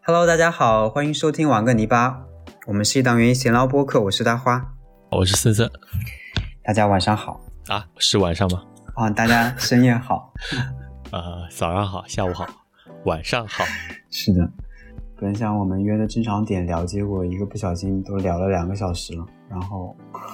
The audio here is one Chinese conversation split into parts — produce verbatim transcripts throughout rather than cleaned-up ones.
Hello， 大家好，欢迎收听玩个泥巴，我们是一档园艺闲聊播客，我是大花， 我是森森。 大家晚上好啊，是晚上吗？ 啊，大家深夜好。 呃，早上好，下午好，晚上好。 是的，本想我们约的正常点聊，结果一个不小心都聊了两个小时了，然后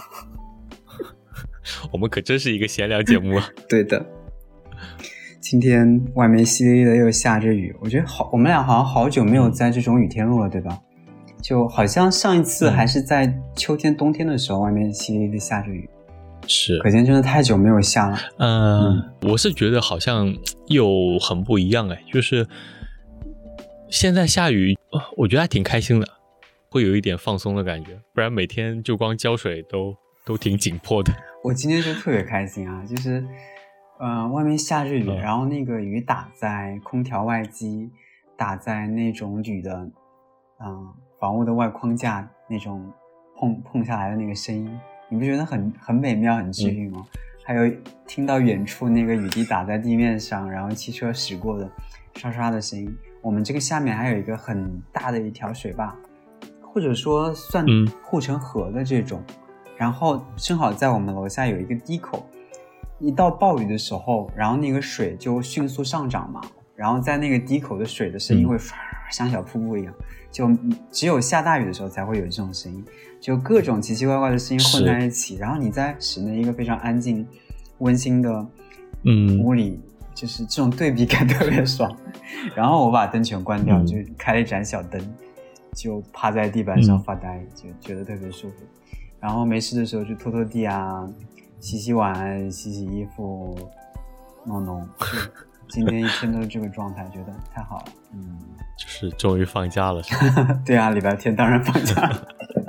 我们可真是一个闲聊节目啊。 对的，今天外面淅沥沥的又下着雨，我觉得好，我们俩好像好久没有在这种雨天录了，对吧？就好像上一次还是在秋天、冬天的时候，外面淅沥沥的下着雨。 是， 可见真的太久没有下了。 呃、嗯，我是觉得好像又很不一样哎，就是现在下雨，我觉得还挺开心的，会有一点放松的感觉，不然每天就光浇水都都挺紧迫的。 我今天就特别开心啊，就是，呃，外面下着雨，嗯、然后那个雨打在空调外机，打在那种铝的，嗯、呃，房屋的外框架那种碰碰下来的那个声音。你不觉得很很美妙很治愈吗、嗯、还有听到远处那个雨滴打在地面上，然后汽车驶过的刷刷的声音。我们这个下面还有一个很大的一条水坝，或者说算护城河的这种、嗯、然后正好在我们楼下有一个堤口，一到暴雨的时候，然后那个水就迅速上涨嘛，然后在那个堤口的水的声音会唰像小瀑布一样，就只有下大雨的时候才会有这种声音，就各种奇奇怪怪的声音混在一起，然后你在室内一个非常安静温馨的屋里、嗯、就是这种对比感特别爽。然后我把灯全关掉、嗯、就开了一盏小灯，就趴在地板上发呆、嗯、就觉得特别舒服。然后没事的时候就拖拖地啊，洗洗碗，洗洗衣服，弄弄，就今天一天都是这个状态，觉得太好了。嗯， 就是终于放假了是吧？ 对啊，礼拜天当然放假了。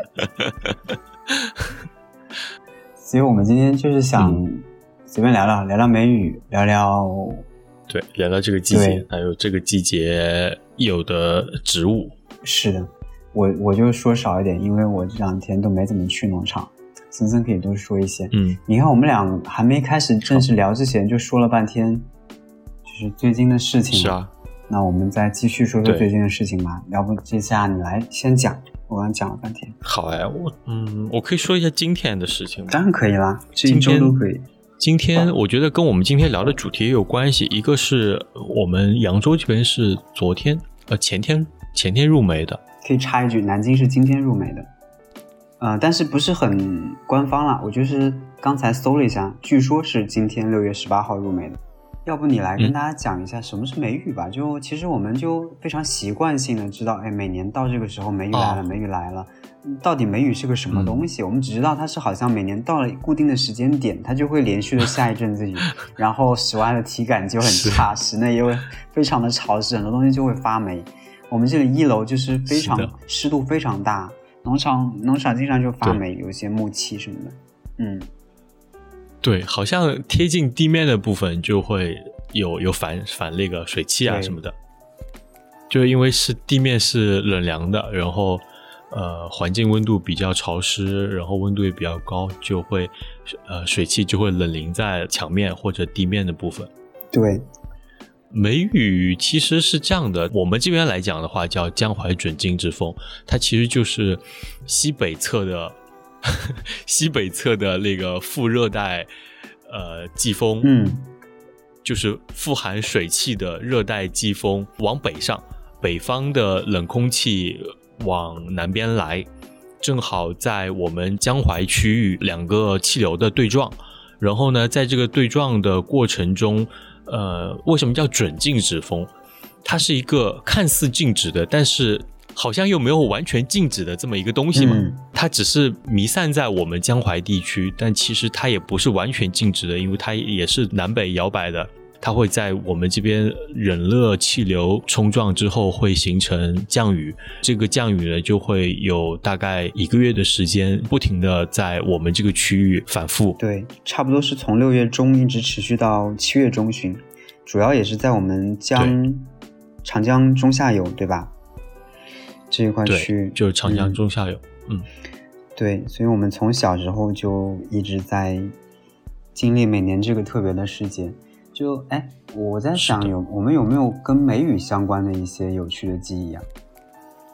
所以我们今天就是想随便聊聊、嗯、聊聊梅雨，聊聊对聊聊这个季节，还有这个季节有的植物。是的， 我我就说少一点，因为我这两天都没怎么去农场，森森可以多说一些。嗯，你看我们俩还没开始正式聊之前就说了半天就是最近的事情。 是啊， 那我们再继续说说最近的事情吧，要不接下来你来先讲，我刚讲了半天。 好哎，我嗯，我可以说一下今天的事情吗？ 当然可以啦，这一周都可以。 今天我觉得跟我们今天聊的主题也有关系，一个是我们扬州这边是昨天呃前天前天入梅的。 可以插一句，南京是今天入梅的，呃，但是不是很官方啦，我就是刚才搜了一下，据说是今天六月十八号入梅的。要不你来跟大家讲一下什么是梅雨吧、嗯、就其实我们就非常习惯性的知道，哎，每年到这个时候梅雨来了、哦、梅雨来了，到底梅雨是个什么东西、嗯、我们只知道它是好像每年到了固定的时间点它就会连续的下一阵子雨然后室外的体感就很差，室内又非常的潮湿，很多东西就会发霉。我们这里一楼就是非常湿度非常大，农场农场经常就发霉，有一些木气什么的。嗯， 对，好像贴近地面的部分就会有有反反那个水汽啊什么的，就因为是地面是冷凉的，然后呃环境温度比较潮湿，然后温度也比较高，就会呃水汽就会冷凝在墙面或者地面的部分。 对。 梅雨其实是这样的，我们这边来讲的话叫江淮准京之风，它其实就是西北侧的西北侧的那个副热带呃季风，嗯，就是富含水汽的热带季风往北上，北方的冷空气往南边来，正好在我们江淮区域两个气流的对撞，然后呢在这个对撞的过程中呃，为什么叫准静止风？它是一个看似静止的，但是好像又没有完全静止的这么一个东西嘛、嗯、它只是弥散在我们江淮地区，但其实它也不是完全静止的，因为它也是南北摇摆的，它会在我们这边冷热气流冲撞之后会形成降雨，这个降雨呢就会有大概一个月的时间不停的在我们这个区域反复。 对，差不多是从六月中一直持续到七月中旬，主要也是在我们江长江中下游，对吧？这一块区域就是长江中下游。 嗯, 嗯对，所以我们从小时候就一直在经历每年这个特别的时节。就哎，我在想有我们有没有跟梅雨相关的一些有趣的记忆啊？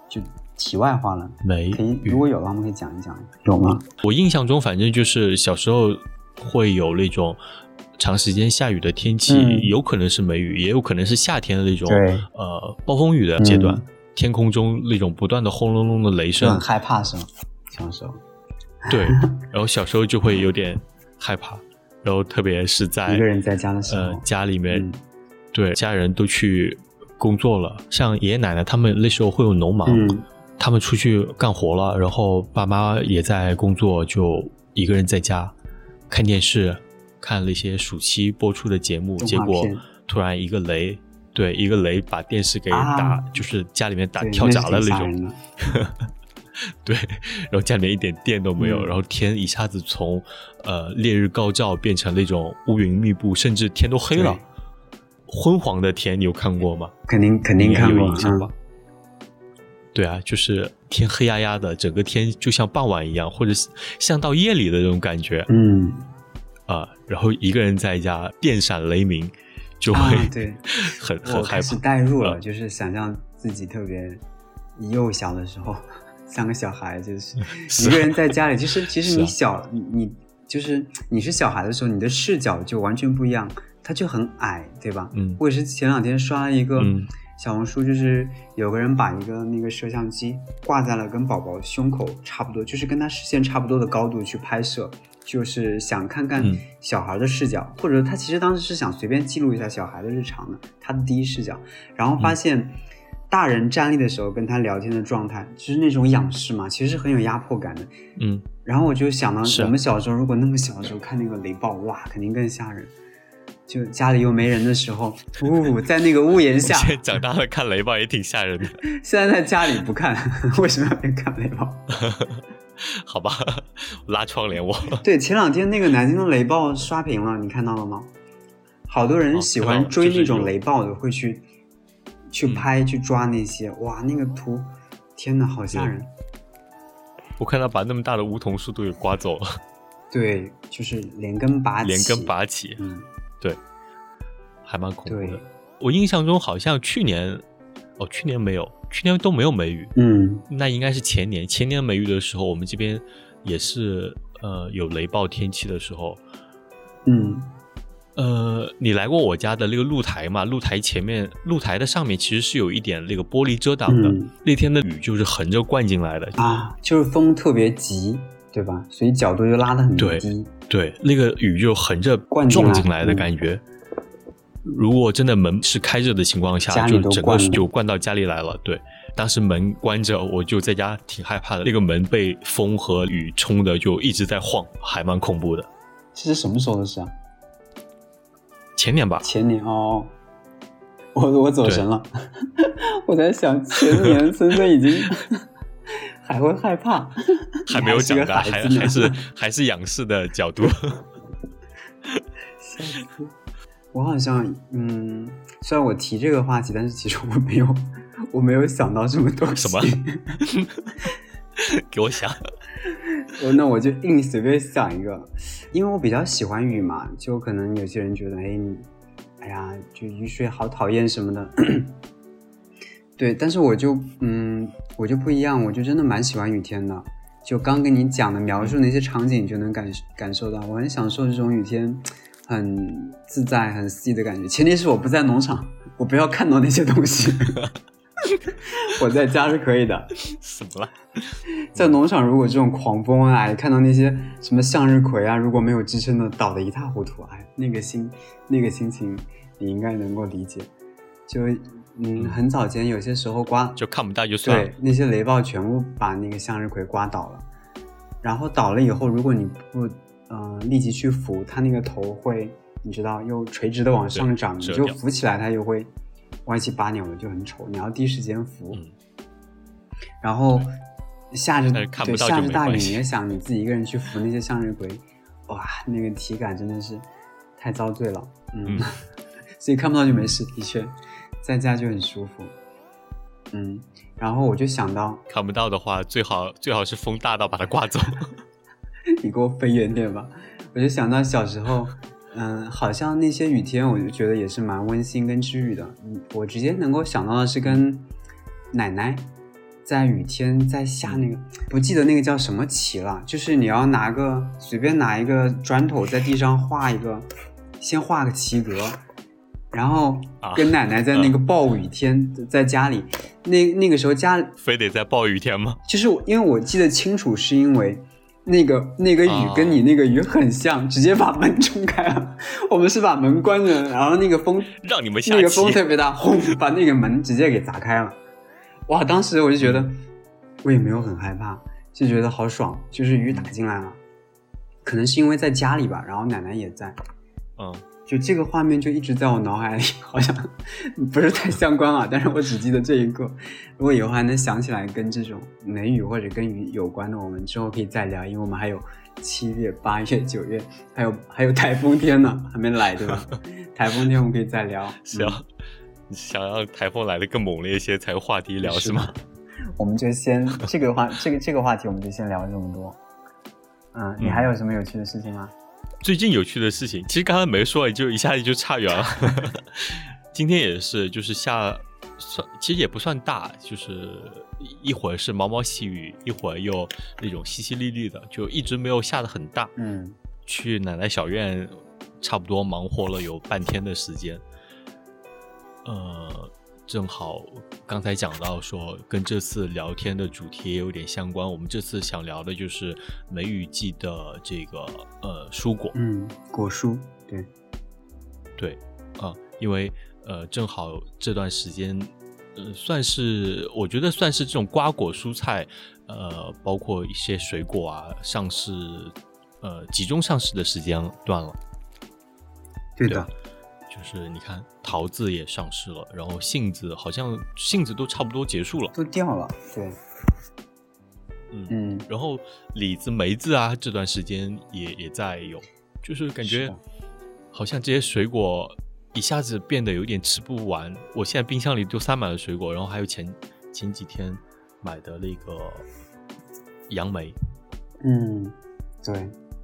就题外话了， 梅可以， 雨如果有的话，我们可以讲一讲，有吗？ 我印象中，反正就是小时候会有那种长时间下雨的天气， 嗯、 有可能是梅雨，也有可能是夏天的那种呃暴风雨的阶段、嗯，天空中那种不断的轰隆隆的雷声， 很害怕是吗？小时候， 对，然后小时候就会有点害怕，然后特别是在一个人在家的时候， 呃，家里面、 嗯， 对，家人都去工作了，像爷爷奶奶他们那时候会有农忙。 嗯， 他们出去干活了，然后爸妈也在工作，就一个人在家看电视，看那些暑期播出的节目，结果突然一个雷，对，一个雷把电视给打，啊、就是家里面打跳闸了那种。对，然后家里面一点电都没有，嗯、然后天一下子从呃烈日高照变成那种乌云密布，甚至天都黑了，昏黄的天，你有看过吗？ 肯定肯定看过， 有印象吧？嗯，对啊，就是天黑压压的，整个天就像傍晚一样，或者像到夜里的那种感觉。 嗯， 啊，然后一个人在家，电闪雷鸣，就会、 啊、对很很害怕。 我开始代入了、嗯，就是想象自己特别幼小的时候，像个小孩，就是一个人在家里。其实其实你小，啊、你你就是你是小孩的时候，你的视角就完全不一样，它就很矮，对吧？ 嗯， 我也是前两天刷了一个。 嗯， 小红书就是有个人把一个那个摄像机挂在了跟宝宝胸口差不多，就是跟他视线差不多的高度去拍摄，就是想看看小孩的视角、嗯、或者他其实当时是想随便记录一下小孩的日常的，他的第一视角，然后发现大人站立的时候跟他聊天的状态就是那种仰视嘛，其实是很有压迫感的。 嗯， 然后我就想到我们小时候如果那么小的时候看那个雷暴，哇，肯定更吓人。就家里又没人的时候，呜，在那个屋檐下。 现在长大了看雷暴也挺吓人的。 现在在家里不看，为什么要看雷暴？ 好吧，拉窗帘我。 对，前两天那个南京的雷暴刷屏了，你看到了吗？好多人喜欢追那种雷暴的，哦就是、会去去拍、嗯、去抓那些，哇，那个图，天哪，好吓人！ 我看他把那么大的梧桐树都给刮走了。 对，就是连根拔起， 连根拔起， 嗯。 对，还蛮恐怖的。我印象中好像去年，哦，去年没有，去年都没有梅雨。 嗯， 那应该是前年，前年梅雨的时候，我们这边也是呃有雷暴天气的时候。 嗯， 呃，你来过我家的那个露台嘛？露台前面，露台的上面其实是有一点那个玻璃遮挡的。 嗯、 那天的雨就是横着灌进来的啊，就是风特别急。对吧？所以角度就拉得很低。 对对，那个雨就横着撞进来的感觉。嗯、如果真的门是开着的情况下，就整个就灌到家里来了。对，当时门关着，我就在家挺害怕的。那个门被风和雨冲的，就一直在晃，还蛮恐怖的。 这是什么时候的事啊？ 前年吧。 前年哦，我我走神了。我在想，前年森森已经。还会害怕， 还没有长大，还还是还是仰视的角度。 笑死！我好像嗯，虽然我提这个话题，但是其实我没有，我没有想到这么多什么。给我想， 我那我就硬随便想一个，因为我比较喜欢雨嘛，就可能有些人觉得，哎，你，哎呀，就雨水好讨厌什么的。对，但是我就嗯，我就不一样，我就真的蛮喜欢雨天的。就刚跟你讲的描述那些场景，就能感感受到，我很享受这种雨天很自在、很肆意的感觉。前提是我不在农场，我不要看到那些东西。我在家是可以的。 什么了？ 在农场，如果这种狂风啊，看到那些什么向日葵啊，如果没有支撑的，倒得一塌糊涂，哎，那个心，那个心情，你应该能够理解。就。嗯，很早前有些时候刮就看不到就算了， 对，那些雷暴全部把那个向日葵刮倒了，然后倒了以后，如果你不呃立即去扶，它那个头会，你知道，又垂直的往上涨，你就扶起来，它又会歪七八扭的，就很丑。你要第一时间扶，嗯、然后下着对下着大雨，你也想你自己一个人去扶那些向日葵，哇，那个体感真的是太遭罪了，嗯，嗯所以看不到就没事，的确。在家就很舒服，嗯，然后我就想到， 看不到的话，最好最好是风大到把它刮走。 你给我飞远点吧。我就想到小时候，嗯，好像那些雨天，我就觉得也是蛮温馨跟治愈的。嗯，我直接能够想到的是跟奶奶在雨天在下那个，不记得那个叫什么棋了，就是你要拿个随便拿一个砖头在地上画一个，先画个棋格，然后跟奶奶在那个暴雨天、啊、在家里，那那个时候家非得在暴雨天吗？ 就是因为我记得清楚，是因为那个那个雨跟你那个雨很像，啊、直接把门冲开了。我们是把门关着，然后那个风让你们下棋， 那个风特别大，轰，把那个门直接给砸开了。哇！当时我就觉得，我也没有很害怕，就觉得好爽，就是雨打进来了。可能是因为在家里吧，然后奶奶也在， 嗯， 就这个画面就一直在我脑海里，好像不是太相关啊，但是我只记得这一个。如果以后还能想起来跟这种梅雨或者跟雨有关的，我们之后可以再聊，因为我们还有七月、八月、九月，还有还有台风天呢，还没来，对吧？台风天我们可以再聊。 是啊。嗯，你想让台风来的更猛烈一些才有话题聊 是, 是吗？ 我们就先这个话这个这个话题我们就先聊这么多。嗯，你还有什么有趣的事情吗？ 最近有趣的事情，其实刚才没说，就一下子就差远了。今天也是，就是下算其实也不算大，就是一会儿是毛毛细雨，一会儿又那种淅淅沥沥的，就一直没有下得很大。 嗯， 去奶奶小院差不多忙活了有半天的时间。呃，正好刚才讲到说跟这次聊天的主题也有点相关，我们这次想聊的就是梅雨季的这个呃蔬果， 嗯，果蔬，对， 对啊、呃，因为呃正好这段时间，呃算是我觉得算是这种瓜果蔬菜，呃包括一些水果啊上市，呃集中上市的时间段了， 对的。 对，就是你看桃子也上市了，然后杏子好像杏子都差不多结束了， 都掉了，对， 嗯嗯，然后李子梅子啊这段时间也也在有，就是感觉好像这些水果一下子变得有点吃不完，我现在冰箱里都塞满了水果，然后还有前前几天买的那个杨梅， 嗯，对，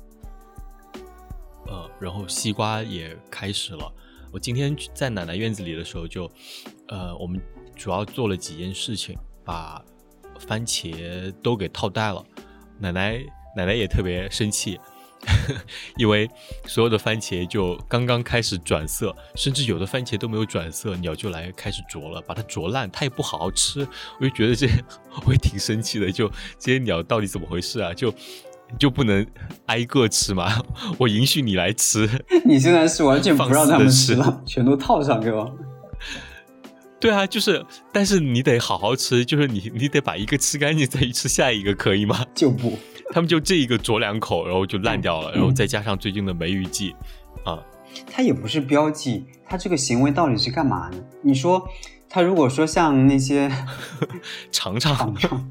呃，然后西瓜也开始了。我今天在奶奶院子里的时候就，呃，我们主要做了几件事情，把番茄都给套袋了。奶奶奶奶也特别生气，因为所有的番茄就刚刚开始转色，甚至有的番茄都没有转色，鸟就来开始啄了，把它啄烂，它也不好好吃。我就觉得这我也挺生气的，就这些鸟到底怎么回事啊？就就不能挨个吃吗？我允许你来吃。 你现在是完全不让他们吃了，全都套上给我。 对啊，就是，但是你得好好吃，就是你你得把一个吃干净，再去吃下一个，可以吗？ 就不， 他们就这一个啄两口，然后就烂掉了，嗯、然后再加上最近的梅雨季，啊， 它也不是标记，它这个行为到底是干嘛呢？你说，它如果说像那些尝尝。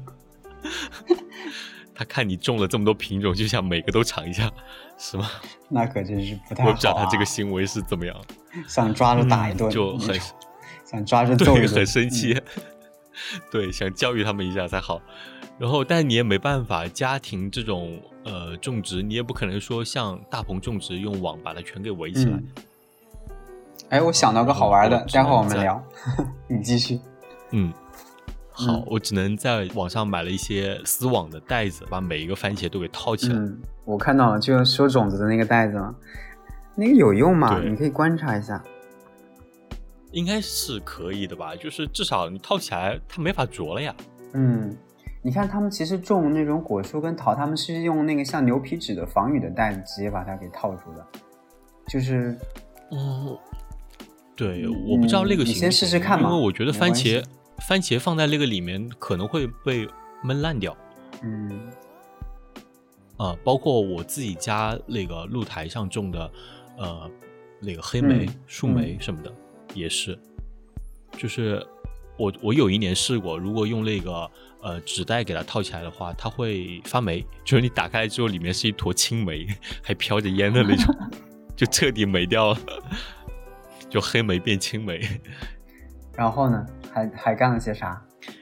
他看你种了这么多品种，就想每个都尝一下，是吗？ 那可真是不太好、啊。 我不知道他这个行为是怎么样， 想抓着打一顿、 嗯，就很想抓着揍一顿， 对，很生气、嗯。对，想教育他们一下才好。然后，但你也没办法，家庭这种呃种植，你也不可能说像大棚种植用网把它全给围起来。 哎、嗯，我想到个好玩的，待会儿我们聊。你继续。 嗯。好、嗯，我只能在网上买了一些丝网的袋子，把每一个番茄都给套起来。 嗯，我看到了，就收种子的那个袋子嘛，那个有用吗？你可以观察一下。 应该是可以的吧，就是至少你套起来，它没法啄了呀。 嗯，你看他们其实种那种果蔬跟桃，他们是用那个像牛皮纸的防雨的袋子，直接把它给套住的。就是， 嗯，对，我不知道那个行不行， 你先试试看嘛， 因为我觉得番茄。番茄放在那个里面可能会被闷烂掉， 嗯， 啊、呃，包括我自己家那个露台上种的，呃，那个黑莓、嗯、树莓什么的、嗯、也是，就是我我有一年试过，如果用那个呃纸袋给它套起来的话，它会发霉，就是你打开来之后里面是一坨青霉，还飘着烟的那种，就彻底霉掉了，就黑莓变青莓。 然后呢？还还干了些啥？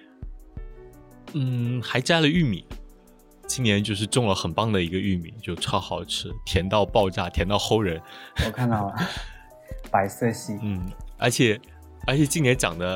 嗯，还摘了玉米。今年就是种了很棒的一个玉米，就超好吃，甜到爆炸，甜到齁人。 我看到了，白色系。 嗯，而且而且今年长得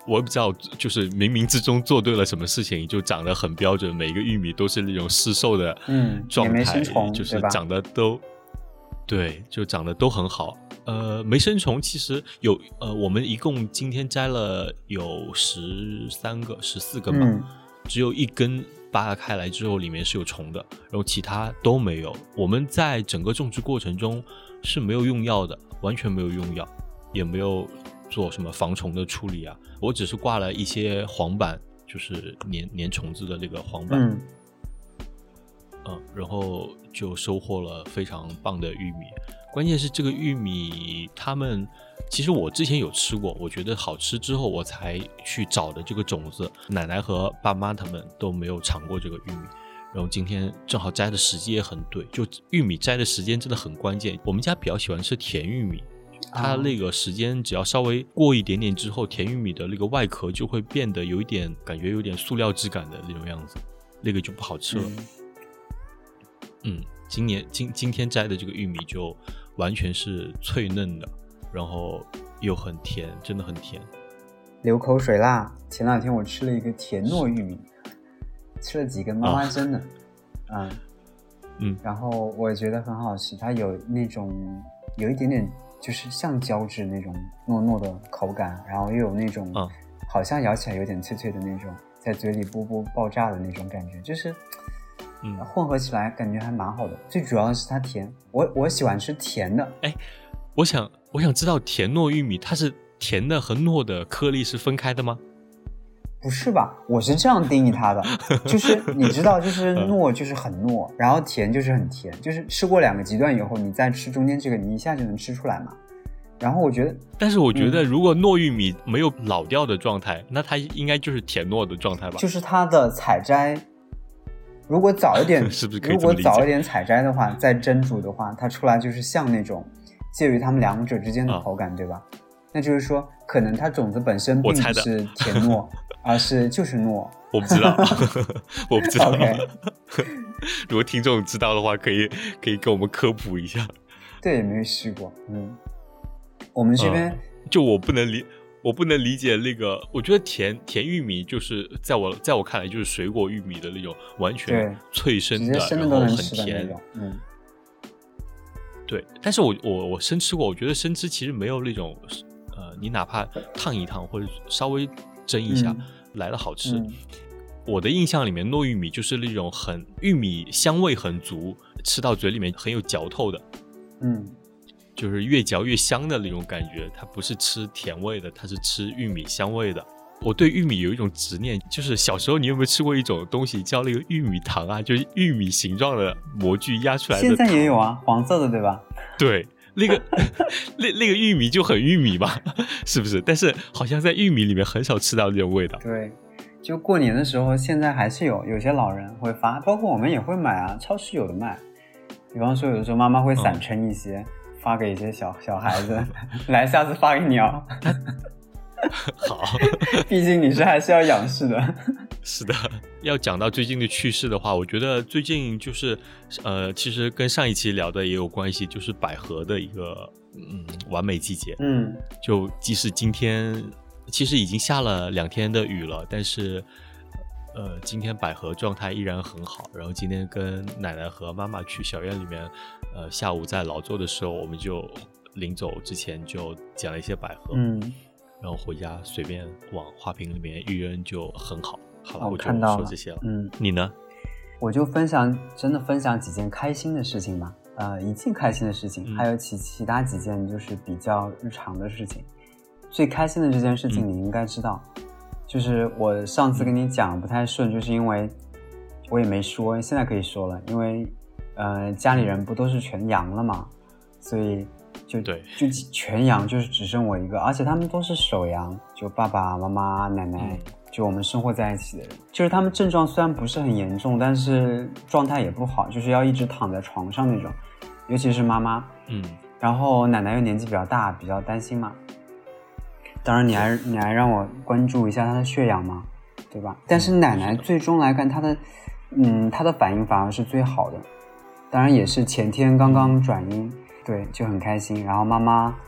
我也不知道，就是冥冥之中做对了什么事情，就长得很标准，每一个玉米都是那种市售的状态， 嗯、没生虫， 就是长得都对，就长得都很好。呃，没生虫其实有，呃，我们一共今天摘了有十三个、十四根吧、嗯，只有一根扒开来之后里面是有虫的，然后其他都没有。我们在整个种植过程中是没有用药的，完全没有用药，也没有做什么防虫的处理啊。我只是挂了一些黄板，就是粘粘虫子的那个黄板。嗯。嗯，然后就收获了非常棒的玉米。关键是这个玉米，他们其实我之前有吃过，我觉得好吃之后我才去找的这个种子。奶奶和爸妈他们都没有尝过这个玉米，然后今天正好摘的时机也很对，就玉米摘的时间真的很关键。我们家比较喜欢吃甜玉米，它那个时間只要稍微过一点点之后，甜玉米的那个外壳就会变得有一点感觉有点塑料质感的那种样子，那个就不好吃了。嗯嗯，今年今今天摘的这个玉米就完全是脆嫩的，然后又很甜，真的很甜， 流口水啦。前两天我吃了一个甜糯玉米，吃了几根妈妈蒸的、哦、嗯嗯，然后我觉得很好吃，它有那种有一点点就是像胶质那种糯糯的口感，然后又有那种、嗯、好像咬起来有点脆脆的那种，在嘴里啵啵爆炸的那种感觉，就是嗯，混合起来感觉还蛮好的。最主要的是它甜，我我喜欢吃甜的。 哎，我想我想知道甜糯玉米它是甜的和糯的颗粒是分开的吗？ 不是吧？我是这样定义它的，就是你知道，就是糯就是很糯，然后甜就是很甜，就是吃过两个极端以后，你再吃中间这个，你一下就能吃出来嘛。然后我觉得， 但是我觉得如果糯玉米没有老掉的状态、嗯，那它应该就是甜糯的状态吧？ 就是它的采摘。如果早一点是不是可以如果早一点采摘的话，再蒸煮的话，它出来就是像那种介于它们两者之间的口感、哦、对吧？那就是说可能它种子本身并不是甜糯，而是就是糯。 我不知道我不知道、 okay. 如果听众知道的话可以可以跟我们科普一下。 对，没有试过。嗯，我们这边、嗯、 就我不能理我不能理解那个，我觉得甜甜玉米就是在我在我看来就是水果玉米的那种完全脆生的， 生的然后很甜。 嗯， 对。但是我我我生吃过，我觉得生吃其实没有那种呃，你哪怕烫一烫或者稍微蒸一下、嗯、来的好吃、嗯。我的印象里面，糯玉米就是那种很玉米香味很足，吃到嘴里面很有嚼透的。嗯。就是越嚼越香的那种感觉，它不是吃甜味的，它是吃玉米香味的。我对玉米有一种执念，就是小时候你有没有吃过一种东西叫那个玉米糖啊？就是玉米形状的模具压出来的糖。 现在也有啊，黄色的对吧？ 对，那个那那个玉米就很玉米吧，是不是？但是好像在玉米里面很少吃到这种味道。 对，就过年的时候，现在还是有有些老人会发，包括我们也会买啊，超市有的卖。比方说，有的时候妈妈会散称一些。嗯，发给一些小小孩子来下次发给你哦好毕竟你是还是要仰视的。 是的，要讲到最近的趋势的话，我觉得最近就是呃，其实跟上一期聊的也有关系，就是百合的一个嗯完美季节。嗯，就即使今天其实已经下了两天的雨了，但是呃，今天百合状态依然很好。然后今天跟奶奶和妈妈去小院里面，呃，下午在劳作的时候，我们就临走之前就捡了一些百合，嗯，然后回家随便往花瓶里面一扔就很好。好了，我就说这些了。嗯，你呢？ 我就分享，真的分享几件开心的事情吧。呃，一件开心的事情，嗯、还有其其他几件就是比较日常的事情。最开心的这件事情你应该知道。嗯，就是我上次跟你讲不太顺，就是因为我也没说，现在可以说了，因为呃家里人不都是全阳了嘛，所以就对就全阳，就是只剩我一个，而且他们都是首阳，就爸爸妈妈奶奶、嗯、就我们生活在一起的人，就是他们症状虽然不是很严重，但是状态也不好，就是要一直躺在床上那种，尤其是妈妈，嗯，然后奶奶又年纪比较大，比较担心嘛。当然你还你还让我关注一下他的血氧嘛，对吧？但是奶奶最终来看他的嗯他的反应反而是最好的，当然也是前天刚刚转阴，对，就很开心。然后妈妈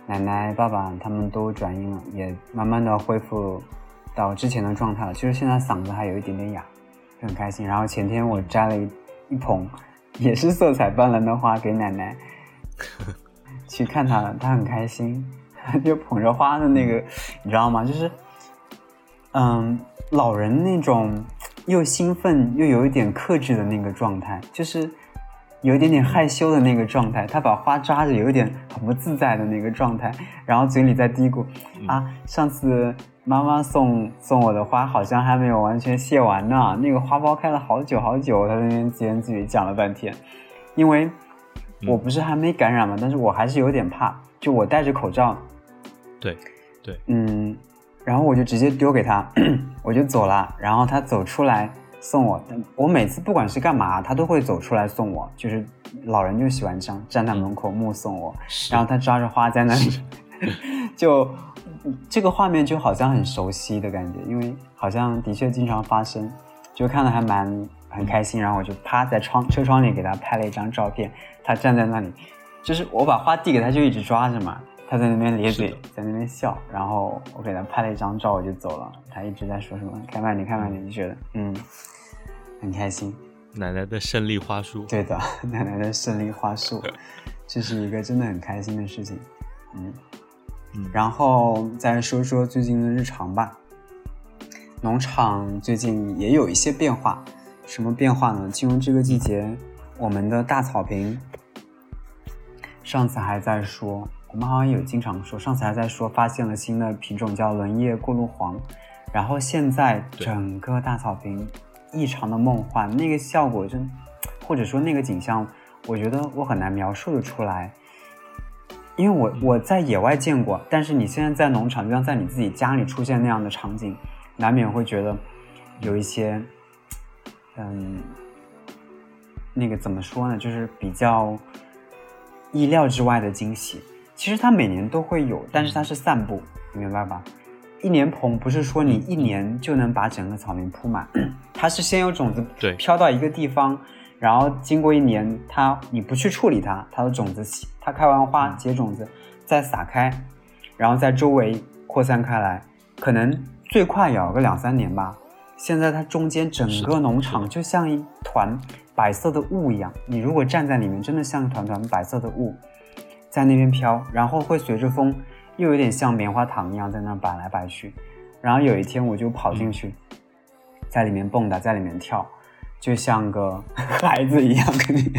奶奶、爸爸他们都转阴了，也慢慢的恢复到之前的状态了。其实现在嗓子还有一点点哑，就很开心。然后前天我摘了一一捧也是色彩斑斓的花给奶奶去看她了，她很开心，就捧着花的那个，你知道吗？就是嗯，老人那种又兴奋又有一点克制的那个状态，就是有一点点害羞的那个状态，他把花抓着有一点很不自在的那个状态，然后嘴里在嘀咕、嗯、啊，上次妈妈送送我的花好像还没有完全谢完呢，那个花苞开了好久好久，他在那边自言自语讲了半天。因为我不是还没感染嘛、嗯、但是我还是有点怕，就我戴着口罩， 对对， 嗯，然后我就直接丢给他我就走了，然后他走出来送我，我每次不管是干嘛他都会走出来送我，就是老人就喜欢这样站在门口目送我，然后他抓着花在那里就这个画面就好像很熟悉的感觉，因为好像的确经常发生，就看得还蛮很开心。然后我就趴在窗车窗里给他拍了一张照片，他站在那里，就是我把花递给他就一直抓着嘛，他在那边咧嘴在那边笑，然后我给他拍了一张照我就走了，他一直在说什么开慢点开慢点，就觉得嗯很开心。 奶奶的胜利花束， 对的，奶奶的胜利花束这是一个真的很开心的事情。嗯嗯，然后再说说最近的日常吧。农场最近也有一些变化，什么变化呢？进入这个季节，我们的大草坪上次还在说，我们好像有经常说，上次还在说发现了新的品种叫轮叶过路黄，然后现在整个大草坪异常的梦幻，那个效果真，或者说那个景象，我觉得我很难描述的出来，因为我我在野外见过，但是你现在在农场，就像在你自己家里出现那样的场景，难免会觉得有一些，嗯，那个怎么说呢，就是比较意料之外的惊喜。其实它每年都会有，但是它是散布，你明白吧？一年棚不是说你一年就能把整个草坪铺满，它是先有种子飘到一个地方，然后经过一年，它你不去处理它，它的种子它开完花结种子，再撒开，然后在周围扩散开来，可能最快也要个两三年吧。现在它中间整个农场就像一团白色的雾一样，你如果站在里面，真的像一团团白色的雾在那边飘，然后会随着风又有点像棉花糖一样在那摆来摆去。然后有一天我就跑进去、嗯、在里面蹦跶，在里面跳，就像个孩子一样跟你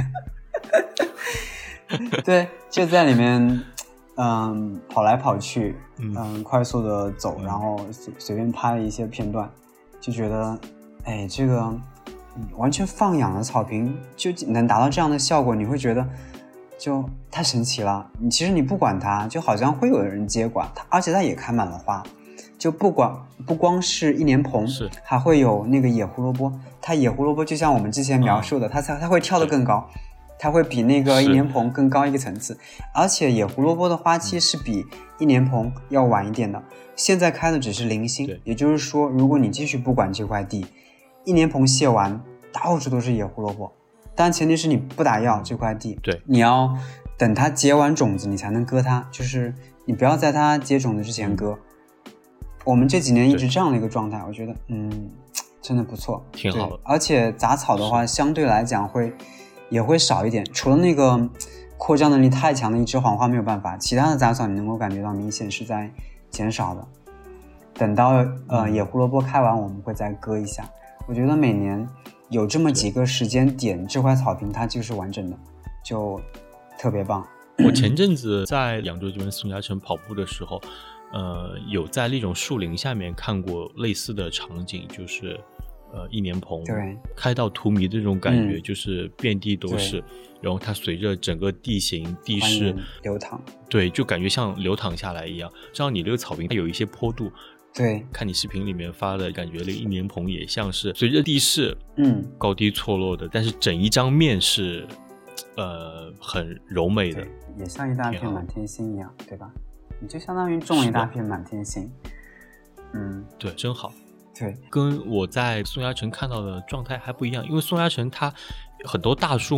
对，就在里面嗯跑来跑去，嗯、呃、快速的走、嗯、然后随随便拍了一些片段，就觉得哎这个、嗯、完全放养的草坪就能达到这样的效果，你会觉得就太神奇了。你其实你不管它，就好像会有人接管它，而且它也开满了花，就不管不光是一年棚，是还会有那个野胡萝卜。它野胡萝卜就像我们之前描述的，嗯、它它会跳得更高，它会比那个一年棚更高一个层次。而且野胡萝卜的花期是比一年棚要晚一点的，现在开的只是零星，也就是说，如果你继续不管这块地，一年棚卸完，到处都是野胡萝卜。但前提是你不打药这块地， 对， 你要等它结完种子你才能割它，就是你不要在它结种子之前割。我们这几年一直这样的一个状态，我觉得嗯真的不错， 挺好的。 而且杂草的话相对来讲会也会少一点，除了那个扩张能力太强的一枝黄花没有办法，其他的杂草你能够感觉到明显是在减少的。等到呃、嗯、野胡萝卜开完我们会再割一下。我觉得每年有这么几个时间点，这块草坪它就是完整的，就特别棒。 我前阵子在扬州这边宋家城跑步的时候，呃，有在那种树林下面看过类似的场景，就是呃一年棚开到荼蘼的这种感觉、嗯，就是遍地都是，然后它随着整个地形地势流淌， 对，就感觉像流淌下来一样。知道你这个草坪它有一些坡度。 对， 看你视频里面发的，感觉那个一年棚也像是随着地势， 嗯， 高低错落的，但是整一张面是，呃，很柔美的， 也像一大片满天星一样，对吧？你就相当于种了一大片满天星，嗯， 对，真好。 对， 跟我在宋家城看到的状态还不一样，因为宋家城它很多大树嘛，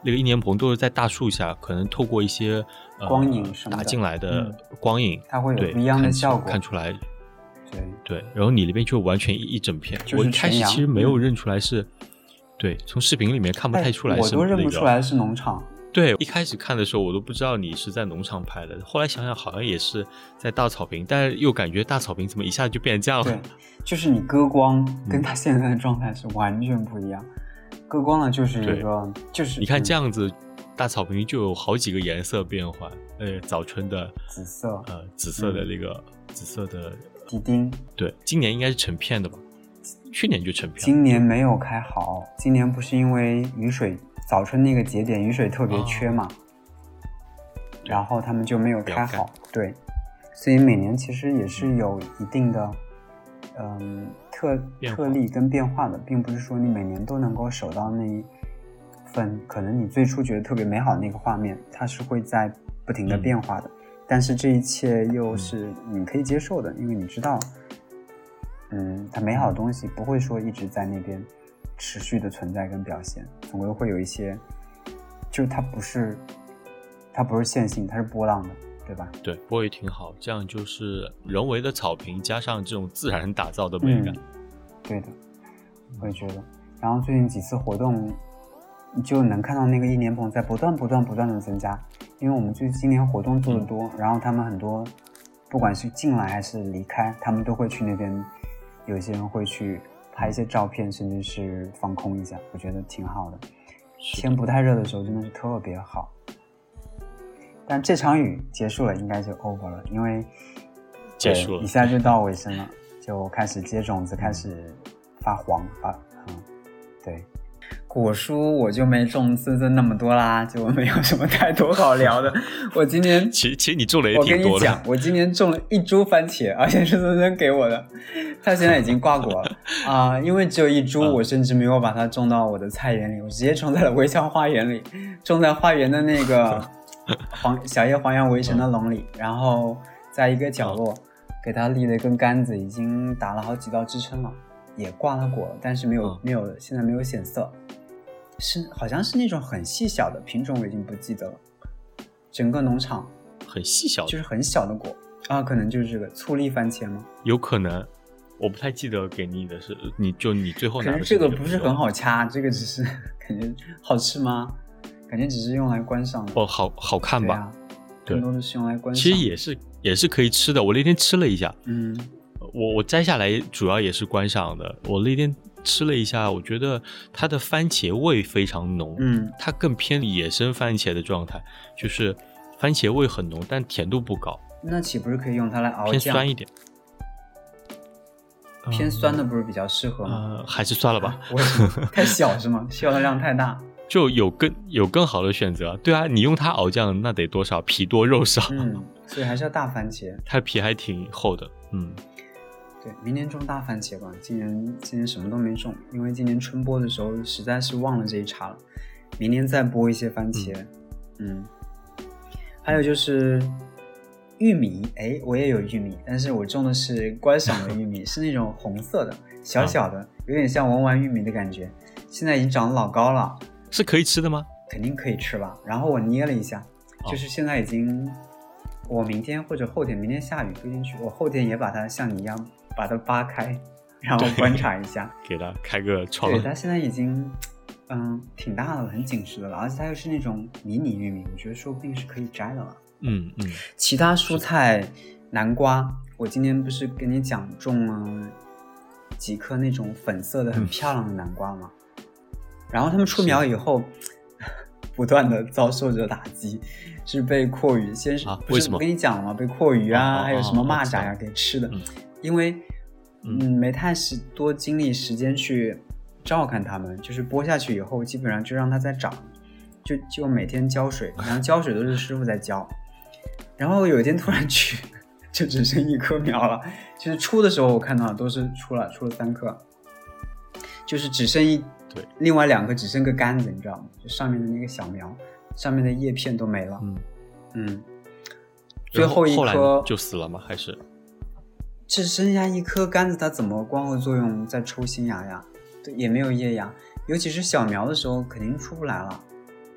那个一年棚都是在大树下，可能透过一些、呃、 光影什么的打进来的光影， 嗯、它会有对不一样的效果， 看, 看出来。 对对，然后你那边就完全一一整片， 就是、 我一开始其实没有认出来是，嗯、对，从视频里面看不太出来是、那个， 我都认不出来是农场。 对，一开始看的时候我都不知道你是在农场拍的，后来想想好像也是在大草坪，但是又感觉大草坪怎么一下就变这样了？ 对，就是你割光跟它现在的状态是完全不一样。嗯、割光了就是一个，就是你看这样子，大草坪就有好几个颜色变换，呃，早春的紫色， 呃，紫色的那个、嗯、紫色的底丁， 对，今年应该是成片的吧？去年就成片了。 今年没有开好，今年不是因为雨水。早春那个节点雨水特别缺嘛、哦、然后他们就没有开好，对，所以每年其实也是有一定的嗯特特例跟变化的，并不是说你每年都能够守到那一份可能你最初觉得特别美好的那个画面，它是会在不停的变化的、嗯、但是这一切又是你可以接受的、嗯、因为你知道嗯，它美好的东西不会说一直在那边持续的存在跟表现，总归会有一些，就是它不是，它不是线性，它是波浪的，对吧？ 对，波也挺好，这样就是人为的草坪加上这种自然打造的美感。 嗯、对的，我也觉得。然后最近几次活动，你就能看到那个一年棚在不断、不断、不断的增加，因为我们就今年活动做得多、嗯，然后他们很多，不管是进来还是离开，他们都会去那边，有些人会去。拍一些照片，甚至是放空一下，我觉得挺好的。天不太热的时候真的是特别好。但这场雨结束了，应该就 over 了，因为结束了， 一下就到尾声了，就开始结种子，开始发黄发，嗯，对。果蔬我就没种森森那么多啦，就没有什么太多好聊的。我今年其实其实你种的也挺多的。 我跟你讲，我今年种了一株番茄，而且是森森给我的，它现在已经挂果了啊、呃！因为只有一株，我甚至没有把它种到我的菜园里，我直接种在了微笑花园里，种在花园的那个黄小叶黄杨围成的笼里，然后在一个角落给它立了一根杆子，已经打了好几道支撑了，也挂了果了，但是没有、嗯、没有，现在没有显色。是好像是那种很细小的品种，我已经不记得了。整个农场很细小的， 就是很小的果啊，可能就是这个粗粒番茄吗？ 有可能，我不太记得给你的是，你就你最后拿的。 可是这个不是很好掐，这个只是感觉好吃吗？感觉只是用来观赏的。 哦，好好看吧？ 对啊，更多的是用来观赏。 其实也是也是可以吃的，我那天吃了一下， 嗯， 我我摘下来主要也是观赏的，我那天。吃了一下，我觉得它的番茄味非常浓， 嗯， 它更偏野生番茄的状态，就是番茄味很浓，但甜度不高。 那岂不是可以用它来熬酱？ 偏酸一点， 偏酸的不是比较适合吗？ 呃，还是算了吧。 为什么？太小是吗？需要的量太大， 就有更有更好的选择。对啊，你用它熬酱，那得多少？皮多肉少。 嗯，所以还是要大番茄。 它皮还挺厚的，嗯。 对，明年种大番茄吧。今年今年什么都没种，因为今年春播的时候实在是忘了这一茬了。明年再播一些番茄。嗯，嗯还有就是玉米，哎，我也有玉米，但是我种的是观赏的玉米，是那种红色的，小小的，有点像文玩玉米的感觉。现在已经长得老高了， 是可以吃的吗？ 肯定可以吃吧。然后我捏了一下，就是现在已经，我明天或者后天，明天下雨不一定去，我后天也把它像你一样。把它扒开，然后观察一下， 给它开个窗。 对，它现在已经，嗯，挺大的了，很紧实的了，而且它又是那种迷你玉米，我觉得说不定是可以摘的了。 嗯嗯。 其他蔬菜，南瓜，我今天不是跟你讲种了几颗那种粉色的很漂亮的南瓜吗？嗯、然后它们出苗以后，不断的遭受着打击。是被蛞蝓先是、 啊、 不是我跟你讲了吗？被蛞蝓啊，啊还有什么蚂蚱呀、啊、给吃的。嗯因为嗯没太时多精力时间去照看它们，就是播下去以后基本上就让它再长，就就每天浇水，然后浇水都是师傅在浇，然后有一天突然去就只剩一棵苗了，就是出的时候我看到都是出了出了三颗，就是只剩一对， 另外两个只剩个杆子，你知道吗？就上面的那个小苗上面的叶片都没了。 嗯嗯，最后一颗就死了吗？还是只剩下一颗杆子，它怎么光合作用再抽新芽呀？对，也没有叶芽，尤其是小苗的时候肯定出不来了。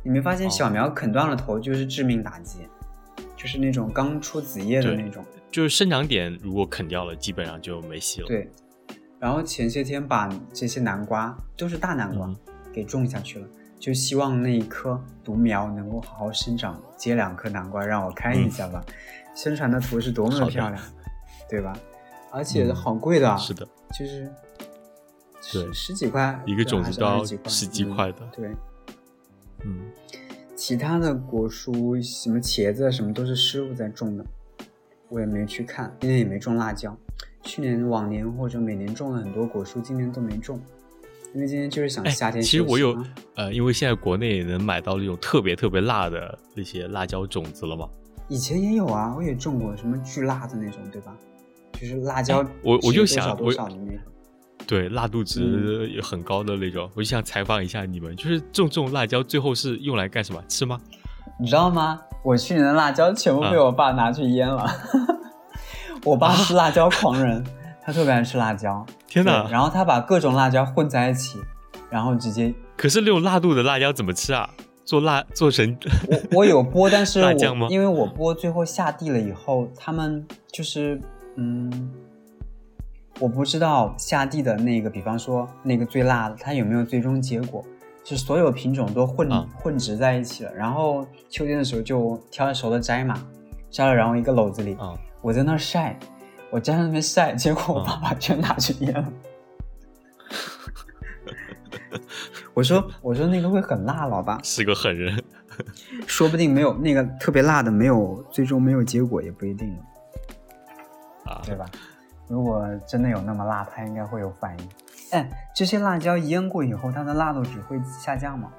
你没发现小苗啃断了头就是致命打击，哦、就是那种刚出子叶的那种， 就是生长点如果啃掉了，基本上就没戏了。 对。然后前些天把这些南瓜都是大南瓜、嗯、给种下去了，就希望那一棵独苗能够好好生长，结两颗南瓜让我看一下吧。嗯、宣传的图是多么漂亮，对吧？而且好贵的、嗯， 是的， 就是十十几块一个种子都要十几块的、 嗯，对， 嗯。 其他的果蔬，什么茄子什么都是师傅在种的，我也没去看。今年也没种辣椒。去年往年或者每年种了很多果蔬，今年都没种，因为今年就是想夏天休息、啊、 其实我有呃，因为现在国内也能买到那种特别特别辣的那些辣椒种子了嘛。 以前也有啊，我也种过什么巨辣的那种，对吧？就是辣椒我我就想多少的那种， 对，辣度值也很高的那种、嗯。我就想采访一下你们，就是种这种辣椒最后是用来干什么？吃吗？ 你知道吗？我去年的辣椒全部被我爸拿去腌了。啊我爸是辣椒狂人、啊、他特别爱吃辣椒。 天哪！ 然后他把各种辣椒混在一起，然后直接。 可是那种辣度的辣椒怎么吃啊？做辣做成我我有剥，但是我辣酱吗？ 因为我剥最后下地了以后，他们就是嗯，我不知道下地的那个，比方说那个最辣的，它有没有最终结果？是所有品种都混、啊、混植在一起了。然后秋天的时候就挑熟的摘嘛，摘了然后一个篓子里。啊我在那儿晒，我站在那边晒，结果我爸爸全拿去腌了。嗯、我说我说那个会很辣，老爸是个狠人， 说不定没有那个特别辣的，没有最终没有结果也不一定啊，对吧？如果真的有那么辣，它应该会有反应。哎，这些辣椒腌过以后，它的辣度只会下降吗？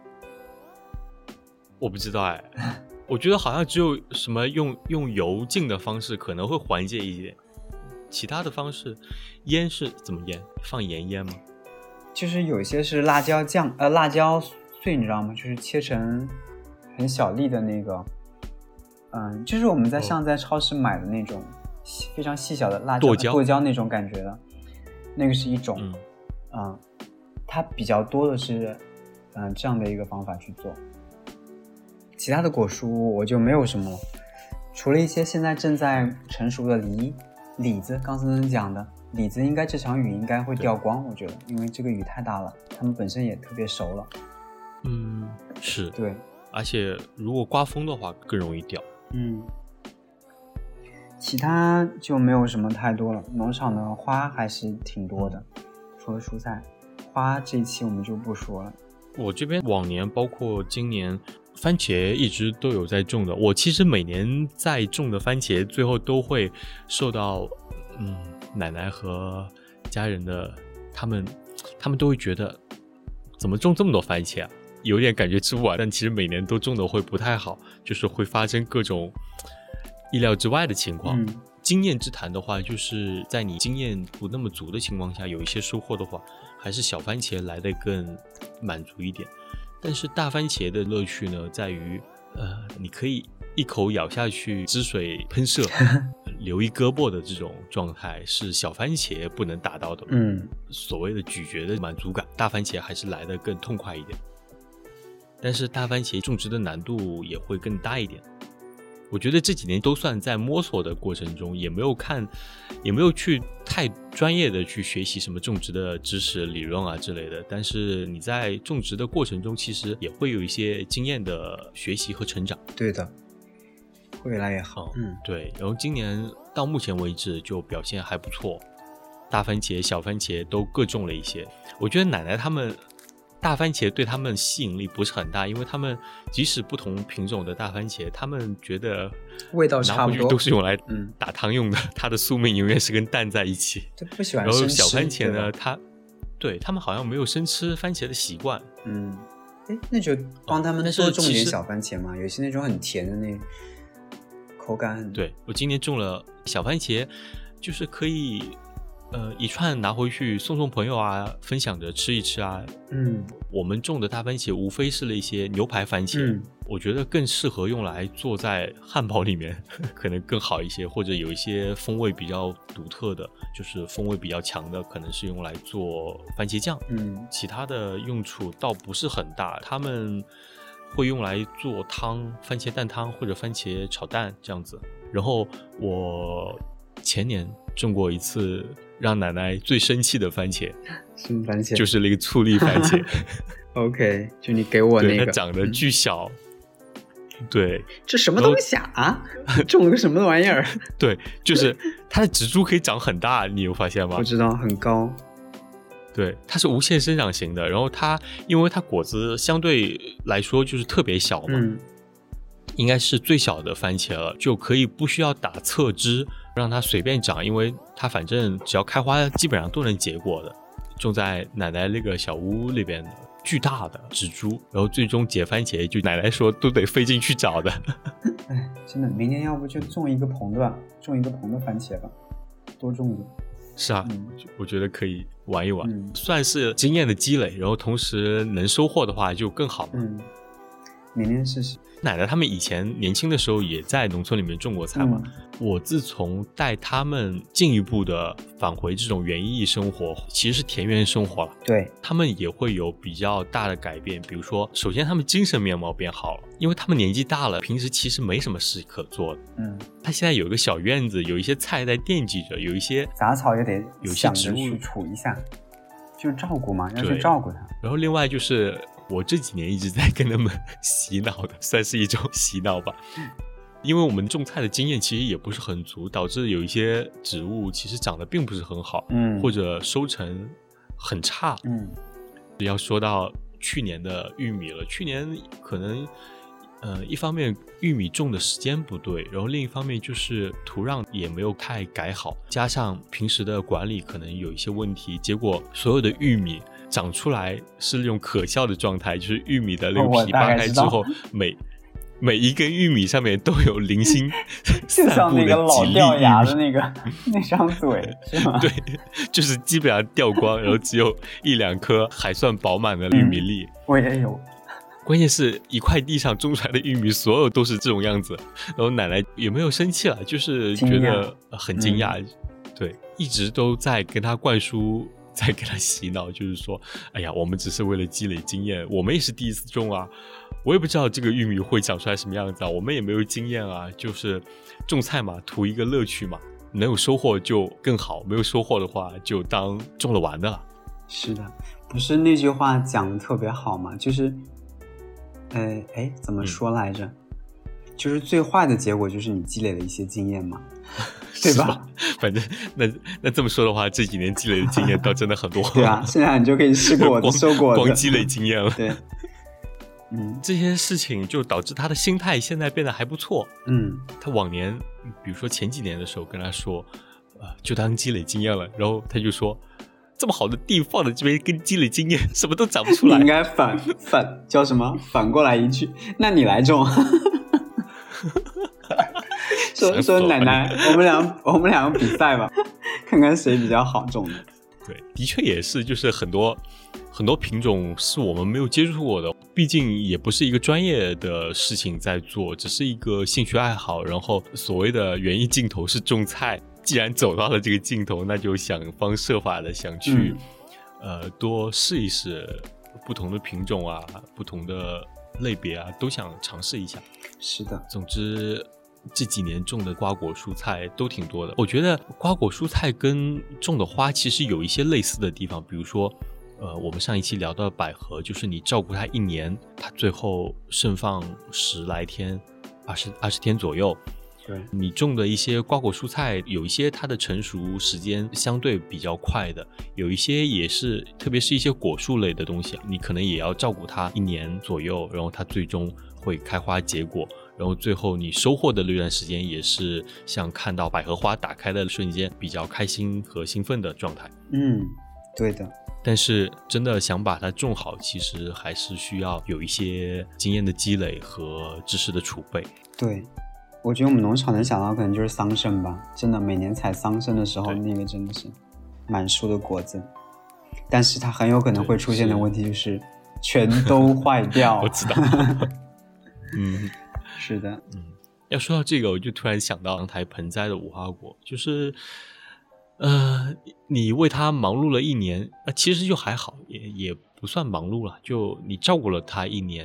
我不知道哎。我觉得好像只有什么用用油浸的方式可能会缓解一点，其他的方式腌是怎么腌？放盐腌吗？ 就是有些是辣椒酱，呃，辣椒碎，你知道吗？就是切成很小粒的那个，嗯，就是我们在像在超市买的那种、哦、非常细小的辣椒剁椒剁椒那种感觉的，那个是一种，嗯，嗯它比较多的是，嗯，这样的一个方法去做。其他的果蔬我就没有什么了，除了一些现在正在成熟的梨、李子，刚才讲的李子，应该这场雨应该会掉光，我觉得，因为这个雨太大了，它们本身也特别熟了。 嗯，是， 对， 而且如果刮风的话更容易掉。 嗯，其他就没有什么太多了。农场的花还是挺多的，除了蔬菜，花这一期我们就不说了。 我这边往年包括今年。番茄一直都有在种的，我其实每年在种的番茄最后都会受到嗯奶奶和家人的他们他们都会觉得怎么种这么多番茄啊，有点感觉吃不完，但其实每年都种的会不太好，就是会发生各种意料之外的情况、嗯、经验之谈的话，就是在你经验不那么足的情况下有一些收获的话，还是小番茄来得更满足一点。但是大番茄的乐趣呢，在于，呃，你可以一口咬下去，汁水喷射，流一胳膊的这种状态，是小番茄不能达到的。 嗯， 所谓的咀嚼的满足感，大番茄还是来得更痛快一点。但是大番茄种植的难度也会更大一点。我觉得这几年都算在摸索的过程中，也没有看，也没有去太专业的去学习什么种植的知识、理论啊之类的。但是你在种植的过程中，其实也会有一些经验的学习和成长。 对的，会越来越好。 嗯，对。然后今年到目前为止就表现还不错，大番茄、小番茄都各种了一些。我觉得奶奶他们。大番茄对他们吸引力不是很大，因为他们即使不同品种的大番茄，他们觉得味道差不多， 都是用来打汤用的，嗯、它的宿命永远是跟蛋在一起。 就不喜欢生吃。 然后小番茄呢，它对他们好像没有生吃番茄的习惯。 嗯，哎，那就帮他们多种点小番茄嘛，有些那种很甜的那口感很。 对，我今年种了小番茄，就是可以。呃，一串拿回去送送朋友啊，分享着吃一吃啊。 嗯， 我们种的大番茄无非是那些牛排番茄，嗯、我觉得更适合用来做在汉堡里面，可能更好一些，或者有一些风味比较独特的，就是风味比较强的，可能是用来做番茄酱。 嗯， 其他的用处倒不是很大，他们会用来做汤，番茄蛋汤或者番茄炒蛋这样子。然后我前年种过一次让奶奶最生气的番茄， 什么番茄？ 就是那个醋栗番茄。 OK， 就你给我那个， 对，它长得巨小。嗯、对， 这什么东西啊？种了个什么玩意儿？ 对，就是它的植株可以长很大，你有发现吗？ 我知道，很高。 对，它是无限生长型的，然后它因为它果子相对来说就是特别小嘛， 嗯， 应该是最小的番茄了，就可以不需要打侧枝，让它随便长，因为它反正只要开花基本上都能结果的。种在奶奶那个小屋里边的巨大的植株，然后最终结番茄就奶奶说都得费劲去找的。 哎，真的，明年要不就种一个棚的吧，种一个棚的番茄吧，多种点。 是啊、嗯，我觉得可以玩一玩、 嗯、 算是经验的积累，然后同时能收获的话就更好嘛。 嗯，明年试试。 奶奶他们以前年轻的时候也在农村里面种过菜嘛、嗯、我自从带他们进一步的返回这种园艺生活，其实是田园生活了， 对， 他们也会有比较大的改变。比如说首先他们精神面貌变好了，因为他们年纪大了，平时其实没什么事可做的。 嗯， 他现在有一个小院子，有一些菜在惦记着，有一些杂草也得有一些植物去除一下，就照顾嘛，要去照顾它。 然后另外就是我这几年一直在跟他们洗脑的，算是一种洗脑吧。因为我们种菜的经验其实也不是很足，导致有一些植物其实长得并不是很好， 嗯， 或者收成很差。 嗯， 要说到去年的玉米了，去年可能呃一方面玉米种的时间不对，然后另一方面就是土壤也没有太改好，加上平时的管理可能有一些问题，结果所有的玉米长出来是那种可笑的状态，就是玉米的那个皮扒开之后，每每一根玉米上面都有零星就像那个老掉牙的那个那张嘴，是吗？ 对，就是基本上掉光，然后只有一两颗还算饱满的玉米粒。 嗯、我也有。 关键是一块地上种出来的玉米，所有都是这种样子。然后奶奶也没有生气了，就是觉得很惊讶。嗯、对，一直都在跟他灌输。在给他洗脑，就是说哎呀，我们只是为了积累经验，我们也是第一次种啊，我也不知道这个玉米会长出来什么样子啊，我们也没有经验啊，就是种菜嘛，图一个乐趣嘛，能有收获就更好，没有收获的话就当种了玩的了。 是的，不是那句话讲的特别好嘛，就是呃哎怎么说来着、嗯、就是最坏的结果就是你积累了一些经验嘛，对吧？ 吧反正那那这么说的话，这几年积累的经验倒真的很多。 对啊，现在你就可以吃果子收果子， 光积累经验了。 对，嗯， 这些事情就导致他的心态现在变得还不错。 嗯， 他往年比如说前几年的时候跟他说呃，就当积累经验了，然后他就说这么好的地放在这边跟积累经验什么都长不出来。 你应该反反叫什么反过来一句，那你来种。说说奶奶，我们俩我们两个比赛吧，看看谁比较好种的。 对，的确也是，就是很多很多品种是我们没有接触过的，毕竟也不是一个专业的事情在做，只是一个兴趣爱好。然后所谓的园艺尽头是种菜，既然走到了这个尽头，那就想方设法的想去、嗯、呃多试一试不同的品种啊，不同的类别啊，都想尝试一下。 是的， 总之这几年种的瓜果蔬菜都挺多的。我觉得瓜果蔬菜跟种的花其实有一些类似的地方，比如说呃，我们上一期聊到百合，就是你照顾它一年，它最后盛放十来天，二十二十天左右。 对， 你种的一些瓜果蔬菜，有一些它的成熟时间相对比较快的，有一些也是，特别是一些果树类的东西，你可能也要照顾它一年左右，然后它最终会开花结果，然后最后你收获的那段时间也是像看到百合花打开的瞬间比较开心和兴奋的状态。 嗯，对的。 但是真的想把它种好，其实还是需要有一些经验的积累和知识的储备。 对，我觉得我们农场能想到可能就是桑葚吧，真的每年采桑葚的时候，那个真的是满树的果子，但是它很有可能会出现的问题就是全都坏掉。 我知道。嗯， 是的。 嗯，要说到这个，我就突然想到阳台盆栽的无花果，就是呃，你为它忙碌了一年，呃，其实就还好，也也不算忙碌了，就你照顾了它一年，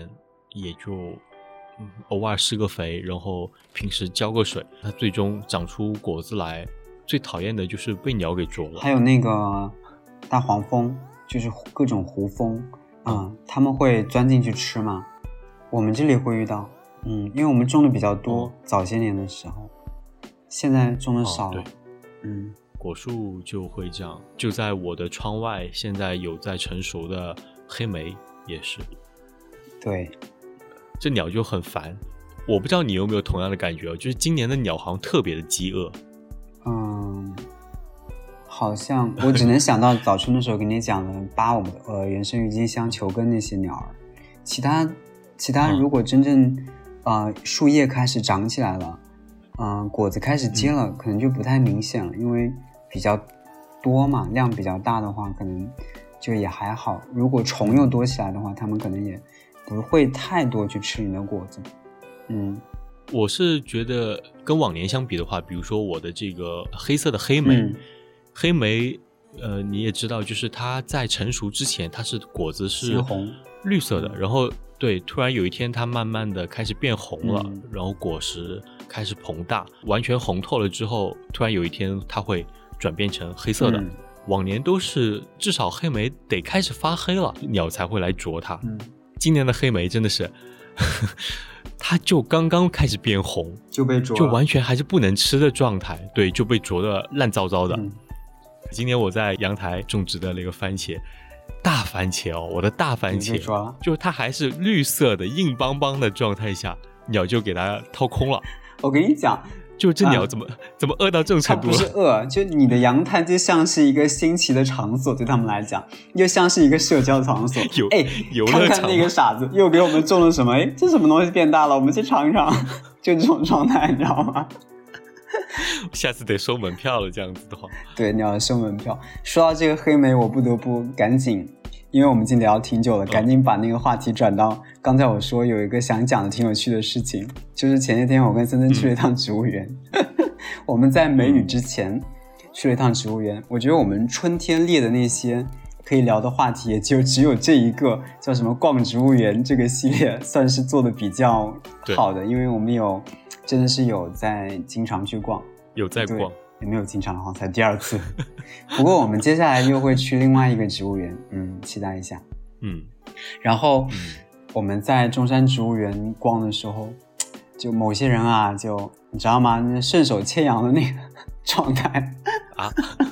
也就、嗯、偶尔施个肥，然后平时浇个水，它最终长出果子来。最讨厌的就是被鸟给啄了。 还有那个大黄蜂，就是各种胡蜂啊、嗯，他们会钻进去吃嘛。我们这里会遇到，嗯，因为我们种的比较多，哦、早些年的时候，现在种的少了。哦、嗯， 果树就会这样。就在我的窗外，现在有在成熟的黑莓，也是。 对， 这鸟就很烦。我不知道你有没有同样的感觉，就是今年的鸟好像特别的饥饿。 嗯，好像我只能想到早春的时候跟你讲的扒我们的呃原生郁金香球根那些鸟儿，其他其他如果真正呃树叶开始长起来了，嗯、呃、果子开始结了、嗯，可能就不太明显了，因为比较多嘛，量比较大的话，可能就也还好。如果虫又多起来的话，它们可能也不会太多去吃你的果子。嗯。 我是觉得跟往年相比的话，比如说我的这个黑色的黑莓、嗯、黑莓呃，你也知道就是它在成熟之前它是果子是绿色的，然后对，突然有一天它慢慢的开始变红了、嗯、然后果实开始膨大，完全红透了之后，突然有一天它会转变成黑色的、嗯、往年都是至少黑莓得开始发黑了鸟才会来啄它、嗯、今年的黑莓真的是它就刚刚开始变红就被啄了， 就完全还是不能吃的状态，对，就被啄得烂糟糟的、嗯、今年我在阳台种植的那个番茄，大番茄哦，我的大番茄就它还是绿色的硬邦邦的状态下，鸟就给它掏空了。 我跟你讲， 就这鸟怎么、嗯、怎么饿到这种程度了？ 它不是饿，就你的阳台就像是一个新奇的场所，对他们来讲，又像是一个社交场所。 有哎， 游乐场， 看看那个傻子又给我们种了什么？哎，这什么东西变大了？我们去尝一尝，就这种状态，你知道吗？ 下次得收门票了，这样子的话。 对，你要收门票。说到这个黑莓，我不得不赶紧。因为我们已经聊挺久了，赶紧把那个话题转到刚才我说有一个想讲的挺有趣的事情，就是前些天我跟森森去了一趟植物园、嗯、我们在梅雨之前去了一趟植物园，我觉得我们春天列的那些可以聊的话题也就只有这一个叫什么逛植物园这个系列算是做的比较好的，因为我们有真的是有在经常去逛， 有在逛也没有经常的话才第二次不过我们接下来又会去另外一个植物园，嗯，期待一下。嗯，然后、嗯、我们在中山植物园逛的时候，就某些人啊，就你知道吗，顺手牵羊的那个状态啊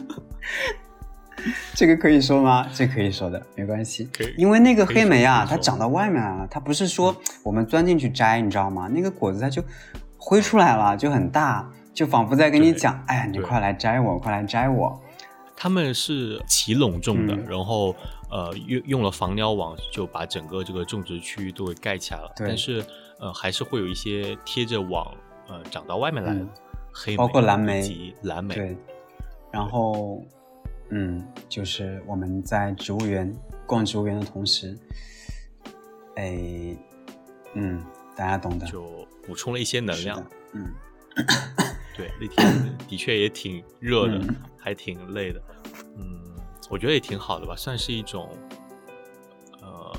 这个可以说吗？这可以说的，没关系。因为那个黑莓啊，它长到外面啊，它不是说我们钻进去摘，你知道吗？那个果子它就挥出来了，就很大，就仿佛在跟你讲，哎呀，你快来摘我，快来摘我。 他们是齐垄种的、嗯、然后呃用用了防鸟网就把整个这个种植区域都给盖起来了，但是呃还是会有一些贴着网呃长到外面来的、嗯、黑莓， 包括蓝莓以及蓝莓。 对，然后嗯就是我们在植物园逛植物园的同时，哎嗯大家懂的， 就补充了一些能量。 嗯对，那天的确也挺热的、嗯、还挺累的。嗯，我觉得也挺好的吧，算是一种呃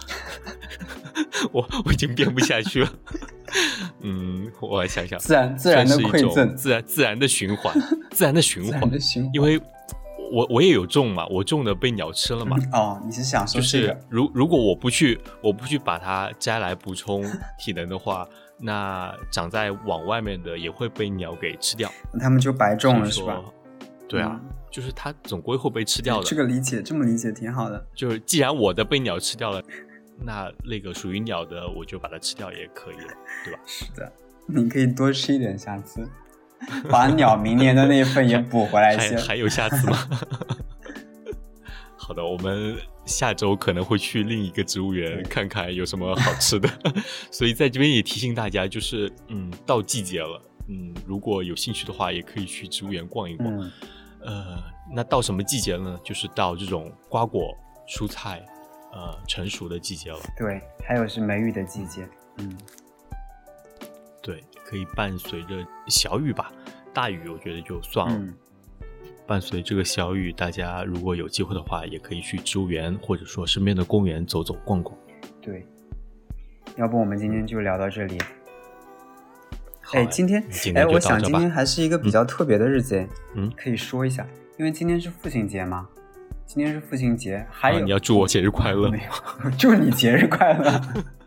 我我已经编不下去了嗯，我来想想， 自然自然的馈赠， 自然自然的循环自然的循环因为我我也有种嘛，我种的被鸟吃了嘛、 嗯、哦，你是想说这个、就是如如果我不去我不去把它摘来补充体能的话那长在网外面的也会被鸟给吃掉， 他们就白种了是吧？ 对啊、嗯、就是它总归会被吃掉的。 这个理解这么理解挺好的， 就是既然我的被鸟吃掉了，那那个属于鸟的我就把它吃掉也可以了，对吧？ 是的，你可以多吃一点，下次把鸟明年的那份也补回来先。 还, 还有下次吗？好的，我们下周可能会去另一个植物园看看有什么好吃的所以在这边也提醒大家，就是嗯，到季节了，嗯，如果有兴趣的话也可以去植物园逛一逛、嗯、呃，那到什么季节呢？就是到这种瓜果蔬菜呃成熟的季节了。 对，还有是梅雨的季节。嗯， 对，可以伴随着小雨吧，大雨我觉得就算了、嗯，伴随这个小雨，大家如果有机会的话也可以去植物园或者说身边的公园走走逛逛。 对， 要不我们今天就聊到这里。 哎， 今天哎，我想今天还是一个比较特别的日子，嗯，可以说一下，因为今天是父亲节嘛，今天是父亲节，还有、 啊、你要祝我节日快乐？ 没有，祝你节日快乐。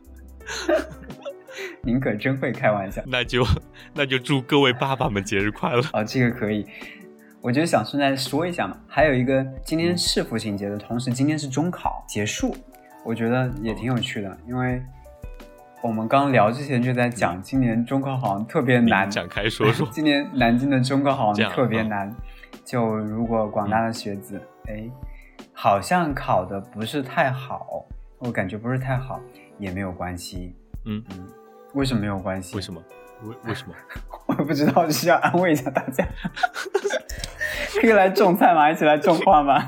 您可真会开玩笑。 那就那就祝各位爸爸们节日快乐。 哦，这个可以。我就想顺带说一下嘛，还有一个今天是父亲节的同时，今天是中考结束，我觉得也挺有趣的，因为我们刚聊之前就在讲，今年中考好像特别难。 展开说说。 今年南京的中考好像特别难，就如果广大的学子，哎、嗯，好像考的不是太好，我感觉不是太好，也没有关系。 嗯嗯，为什么没有关系？ 为什么？为为什么？ 我也不知道，就是要安慰一下大家。可以来种菜吗？一起来种花吗？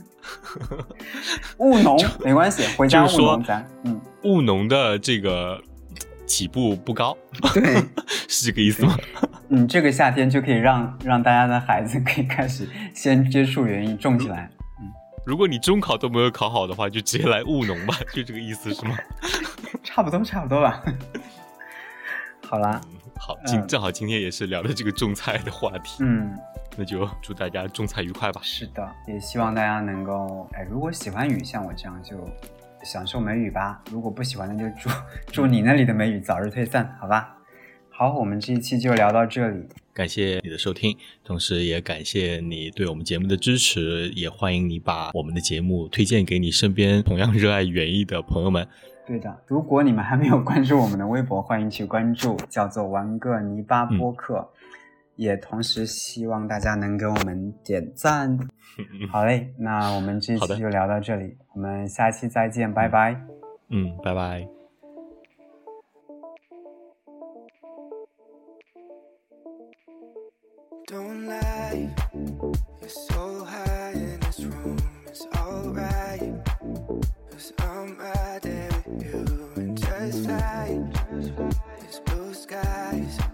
务农没关系，回家务农咱。嗯， 务农的这个起步不高， 对， 是这个意思吗？ 嗯，这个夏天就可以让让大家的孩子可以开始先接触园艺，种起来。嗯， 如果你中考都没有考好的话，就直接来务农吧，就这个意思是吗？ 差不多，差不多吧。好啦， 嗯、好，今、嗯、正好今天也是聊的这个种菜的话题。 嗯。 那就祝大家种菜愉快吧。 是的，也希望大家能够，哎，如果喜欢雨，像我这样就享受梅雨吧；如果不喜欢的，就祝祝你那里的梅雨早日退散，好吧？好，我们这一期就聊到这里， 感谢你的收听，同时也感谢你对我们节目的支持，也欢迎你把我们的节目推荐给你身边同样热爱园艺的朋友们。 对的，如果你们还没有关注我们的微博，欢迎去关注，叫做玩个泥巴播客。嗯，也同时希望大家能给我们点赞。好嘞，那我们这一期就聊到这里，我们下期再见，拜拜。 嗯，拜拜。Don't lie, you're so high in this room, it's alright, 'cause I'm right there with you, and just like these blue skies